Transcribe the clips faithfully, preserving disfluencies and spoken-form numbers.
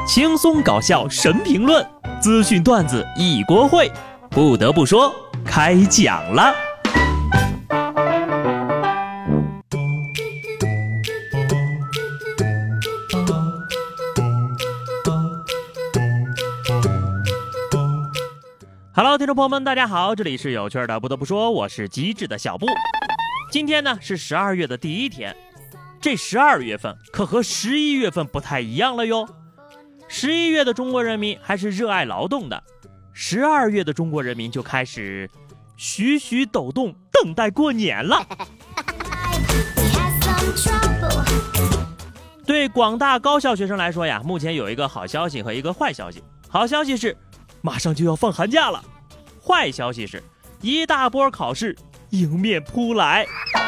轻松搞笑神评论，资讯段子一锅烩。不得不说，开讲了。Hello， 听众朋友们，大家好，这里是有趣的。不得不说，我是机智的小布。今天呢是十二月的第一天，这十二月份可和十一月份不太一样了哟。十一月的中国人民还是热爱劳动的，十二月的中国人民就开始徐徐抖动，等待过年了。对广大高校学生来说呀，目前有一个好消息和一个坏消息。好消息是马上就要放寒假了，坏消息是一大波考试迎面扑来。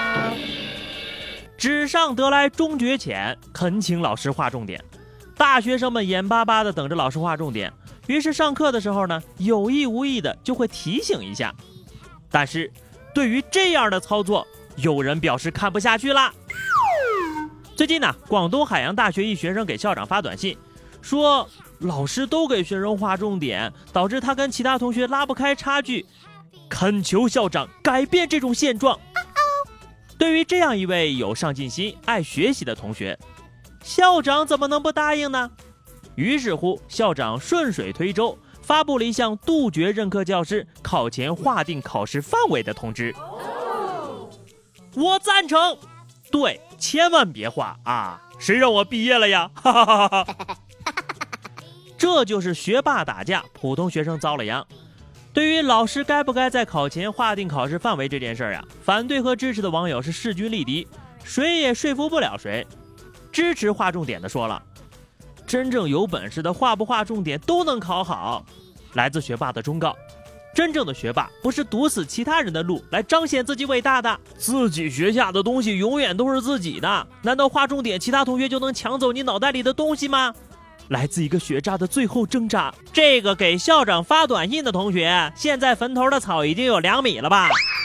纸上得来终觉浅，恳请老师划重点。大学生们眼巴巴地等着老师划重点，于是上课的时候呢，有意无意的就会提醒一下。但是对于这样的操作，有人表示看不下去啦。最近呢，广东海洋大学一学生给校长发短信，说老师都给学生划重点，导致他跟其他同学拉不开差距，恳求校长改变这种现状。对于这样一位有上进心、爱学习的同学，校长怎么能不答应呢？于是乎，校长顺水推舟，发布了一项杜绝任课教师考前划定考试范围的通知。我赞成，对，千万别划啊！谁让我毕业了呀？哈哈哈哈！这就是学霸打架，普通学生遭了殃。对于老师该不该在考前划定考试范围这件事啊，反对和支持的网友是势均力敌，谁也说服不了谁。支持划重点的说了，真正有本事的划不划重点都能考好。来自学霸的忠告，真正的学霸不是堵死其他人的路来彰显自己伟大的，自己学下的东西永远都是自己的，难道划重点其他同学就能抢走你脑袋里的东西吗？来自一个学渣的最后挣扎。这个给校长发短信的同学，现在坟头的草已经有两米了吧？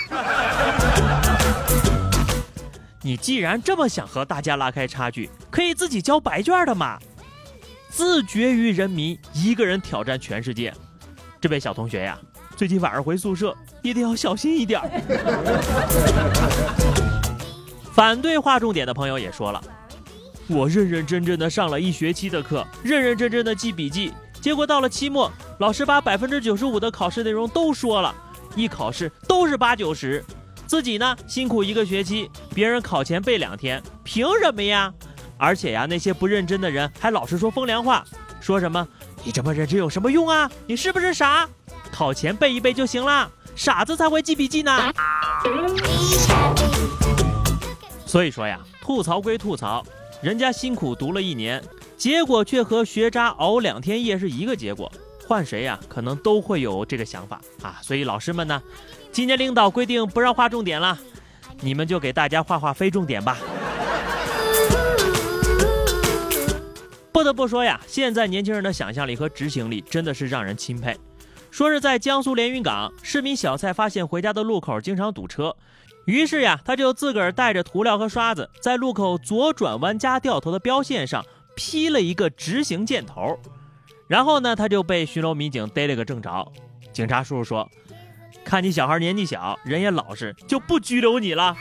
你既然这么想和大家拉开差距，可以自己交白卷的嘛。自绝于人民，一个人挑战全世界。这位小同学呀，最近晚上回宿舍一定要小心一点。反对划重点的朋友也说了，我认认真真的上了一学期的课，认认真真的记笔记，结果到了期末，老师把百分之九十五的考试内容都说了，一考试都是八九十，自己呢辛苦一个学期，别人考前背两天，凭什么呀？而且呀，那些不认真的人还老是说风凉话，说什么你这么认真有什么用啊？你是不是傻？考前背一背就行了，傻子才会记笔记呢。所以说呀，吐槽归吐槽，人家辛苦读了一年，结果却和学渣熬两天夜是一个结果，换谁呀，可能都会有这个想法啊。所以老师们呢，今年领导规定不让划重点了，你们就给大家画画非重点吧。不得不说呀，现在年轻人的想象力和执行力真的是让人钦佩。说是在江苏连云港，市民小蔡发现回家的路口经常堵车，于是呀，他就自个儿带着涂料和刷子，在路口左转弯加掉头的标线上劈了一个直行箭头。然后呢，他就被巡逻民警逮了个正着。警察叔叔说，看你小孩年纪小，人也老实，就不拘留你了。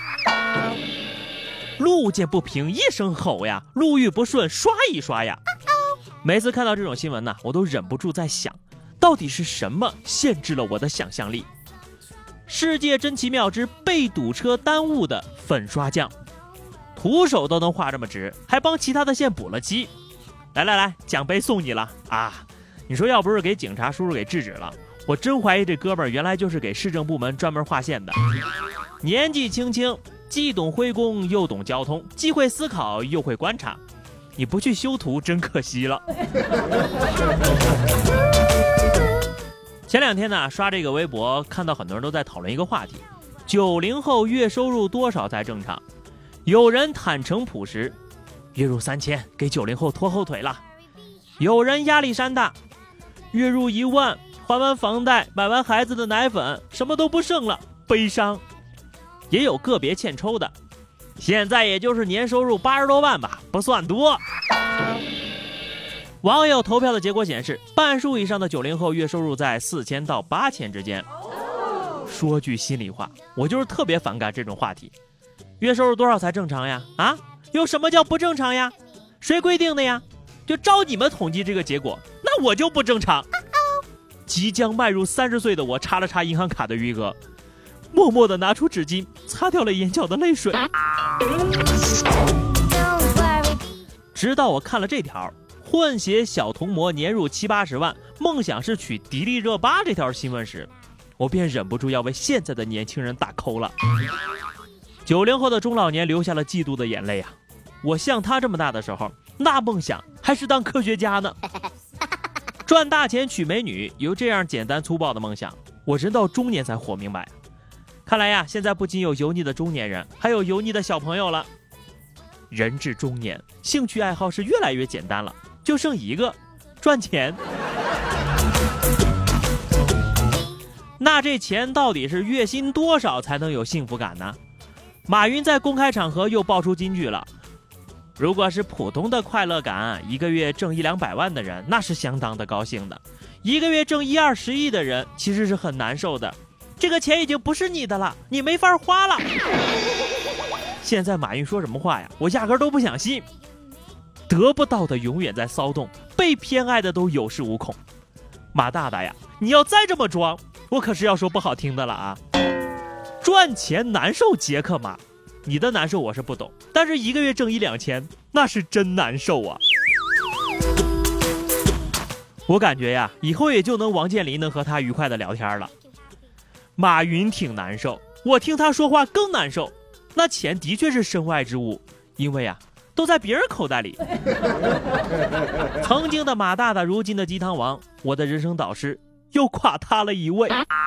路见不平一声吼呀，路遇不顺刷一刷呀。每次看到这种新闻呢，我都忍不住在想，到底是什么限制了我的想象力？世界真奇妙之被堵车耽误的粉刷匠，徒手都能画这么直，还帮其他的线补了漆。来来来，奖杯送你了啊！你说要不是给警察叔叔给制止了，我真怀疑这哥们儿原来就是给市政部门专门划线的。年纪轻轻，既懂徽工又懂交通，既会思考又会观察，你不去修图真可惜了。前两天呢，刷这个微博，看到很多人都在讨论一个话题：九零后月收入多少才正常？有人坦诚朴实，月入三千给九零后拖后腿了；有人压力山大，月入一万还完房贷，买完孩子的奶粉，什么都不剩了，悲伤。也有个别欠抽的，现在也就是年收入八十多万吧，不算多。 网友投票的结果显示，半数以上的九零后月收入在四千到八千之间。说句心里话，我就是特别反感这种话题。月收入多少才正常呀？啊，有什么叫不正常呀？谁规定的呀？就照你们统计这个结果，那我就不正常。即将迈入三十岁的我擦了擦银行卡的余额，默默地拿出纸巾擦掉了眼角的泪水。直到我看了这条混血小童模年入七八十万，梦想是娶迪丽热巴这条新闻时，我便忍不住要为现在的年轻人打 call 了。九零后的中老年流下了嫉妒的眼泪啊！我像他这么大的时候，那梦想还是当科学家呢。赚大钱娶美女，有这样简单粗暴的梦想，我人到中年才活明白。看来呀，现在不仅有油腻的中年人，还有油腻的小朋友了。人至中年，兴趣爱好是越来越简单了，就剩一个，赚钱。那这钱到底是月薪多少才能有幸福感呢？马云在公开场合又爆出金句了。如果是普通的快乐感，一个月挣一两百万的人，那是相当的高兴的。一个月挣一二十亿的人，其实是很难受的。这个钱已经不是你的了，你没法花了。现在马云说什么话呀？我压根都不想信。得不到的永远在骚动，被偏爱的都有恃无恐。马大大呀，你要再这么装，我可是要说不好听的了啊！赚钱难受，杰克马。你的难受我是不懂，但是一个月挣一两千，那是真难受啊！我感觉呀，以后也就能王健林能和他愉快的聊天了。马云挺难受，我听他说话更难受。那钱的确是身外之物，因为啊，都在别人口袋里。曾经的马大大，如今的鸡汤王，我的人生导师又垮塌了一位。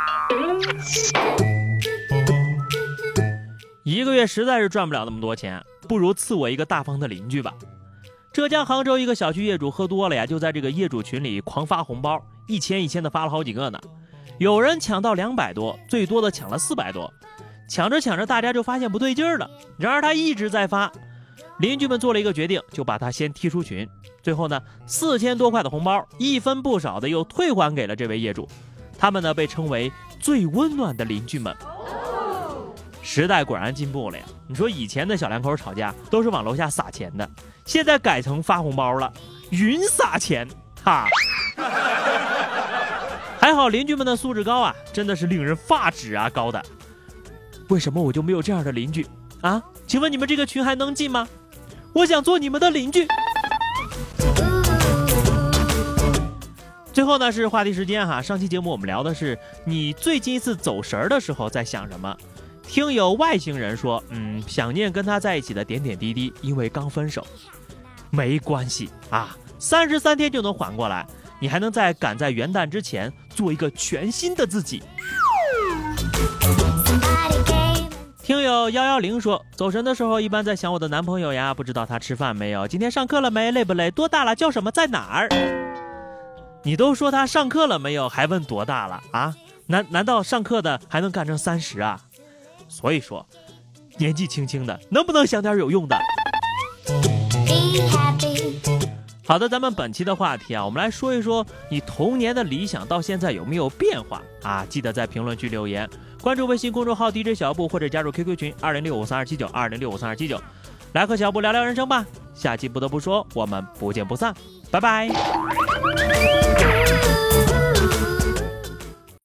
一个月实在是赚不了那么多钱，不如赐我一个大方的邻居吧。浙江杭州一个小区业主喝多了呀，就在这个业主群里狂发红包，一千一千的发了好几个呢。有人抢到两百多，最多的抢了四百多。抢着抢着，大家就发现不对劲儿了。然而他一直在发，邻居们做了一个决定，就把他先踢出群。最后呢，四千多块的红包一分不少的又退还给了这位业主。他们呢被称为最温暖的邻居们。时代果然进步了呀！你说以前的小两口吵架都是往楼下撒钱的，现在改成发红包了，云撒钱哈！还好邻居们的素质高啊，真的是令人发指啊！高的，为什么我就没有这样的邻居啊？请问你们这个群还能进吗？我想做你们的邻居。最后呢是话题时间哈，上期节目我们聊的是你最近一次走神的时候在想什么。听有外星人说，嗯，想念跟他在一起的点点滴滴，因为刚分手。没关系啊，三十三天就能缓过来，你还能在赶在元旦之前做一个全新的自己。听友幺幺零说，走神的时候一般在想我的男朋友呀，不知道他吃饭没有，今天上课了没，累不累，多大了，叫什么，在哪儿。你都说他上课了没有，还问多大了啊？难难道上课的还能干成三十啊？所以说，年纪轻轻的，能不能想点有用的？好的，咱们本期的话题啊，我们来说一说你童年的理想到现在有没有变化啊？记得在评论区留言，关注微信公众号 D J 小布或者加入 Q Q 群二零六五三二七九二零六五三二七九，来和小布聊聊人生吧。下期不得不说，我们不见不散，拜拜。